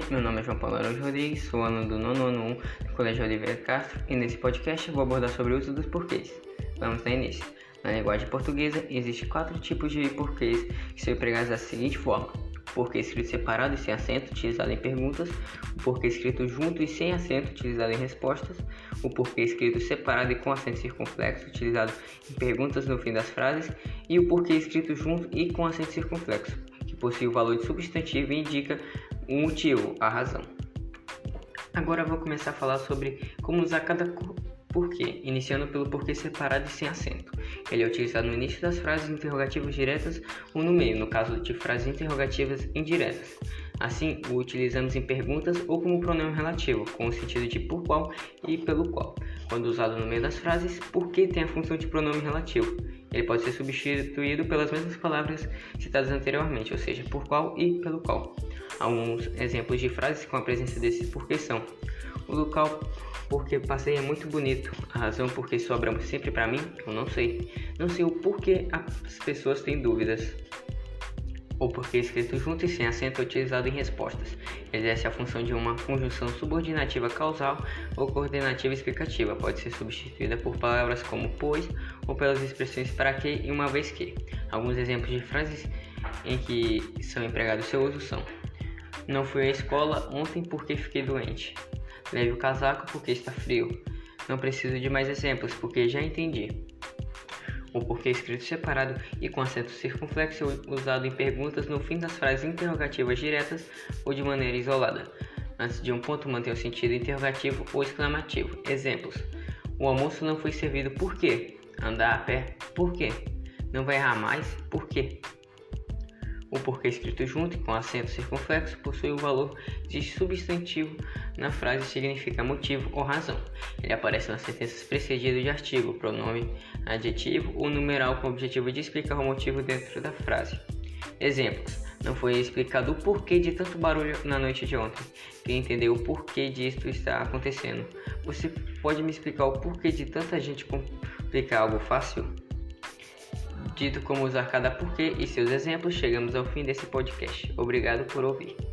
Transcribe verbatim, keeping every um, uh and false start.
meu nome é João Paulo Araújo Rodrigues, sou aluno do nono ano um do Colégio Oliveira Castro e nesse podcast eu vou abordar sobre o uso dos porquês. Vamos dar início. Na linguagem portuguesa, existem quatro tipos de porquês que são empregados da seguinte forma: o porquê escrito separado e sem acento, utilizado em perguntas; o porquê escrito junto e sem acento, utilizado em respostas; o porquê escrito separado e com acento circunflexo, utilizado em perguntas no fim das frases; e o porquê escrito junto e com acento circunflexo, que possui o valor de substantivo e indica o motivo, a razão. Agora vou começar a falar sobre como usar cada porquê, iniciando pelo porquê separado e sem acento. Ele é utilizado no início das frases interrogativas diretas ou no meio, no caso de frases interrogativas indiretas. Assim, o utilizamos em perguntas ou como pronome relativo, com o sentido de por qual e pelo qual. Quando usado no meio das frases, porquê tem a função de pronome relativo. Ele pode ser substituído pelas mesmas palavras citadas anteriormente, ou seja, por qual e pelo qual. Alguns exemplos de frases com a presença desses porquê são: o local porque passei é muito bonito, a razão porque sobra sempre para mim, eu não sei. Não sei o porquê as pessoas têm dúvidas. O porquê escrito junto e sem acento é utilizado em respostas. Exerce a função de uma conjunção subordinativa causal ou coordenativa explicativa. Pode ser substituída por palavras como pois ou pelas expressões para que e uma vez que. Alguns exemplos de frases em que são empregados seu uso são: não fui à escola ontem porque fiquei doente. Leve o casaco porque está frio. Não preciso de mais exemplos porque já entendi. O porquê escrito separado e com acento circunflexo é usado em perguntas no fim das frases interrogativas diretas ou de maneira isolada. Antes de um ponto mantém o sentido interrogativo ou exclamativo. Exemplos: o almoço não foi servido por quê? Andar a pé por quê? Não vai errar mais por quê? O porquê escrito junto e com acento circunflexo possui o valor de substantivo na frase e significa motivo ou razão. Ele aparece nas sentenças precedido de artigo, pronome adjetivo ou numeral com o objetivo de explicar o motivo dentro da frase. Exemplos: não foi explicado o porquê de tanto barulho na noite de ontem. Quem entendeu o porquê disto está acontecendo? Você pode me explicar o porquê de tanta gente complicar algo fácil? Dito como usar cada porquê e seus exemplos, chegamos ao fim desse podcast. Obrigado por ouvir.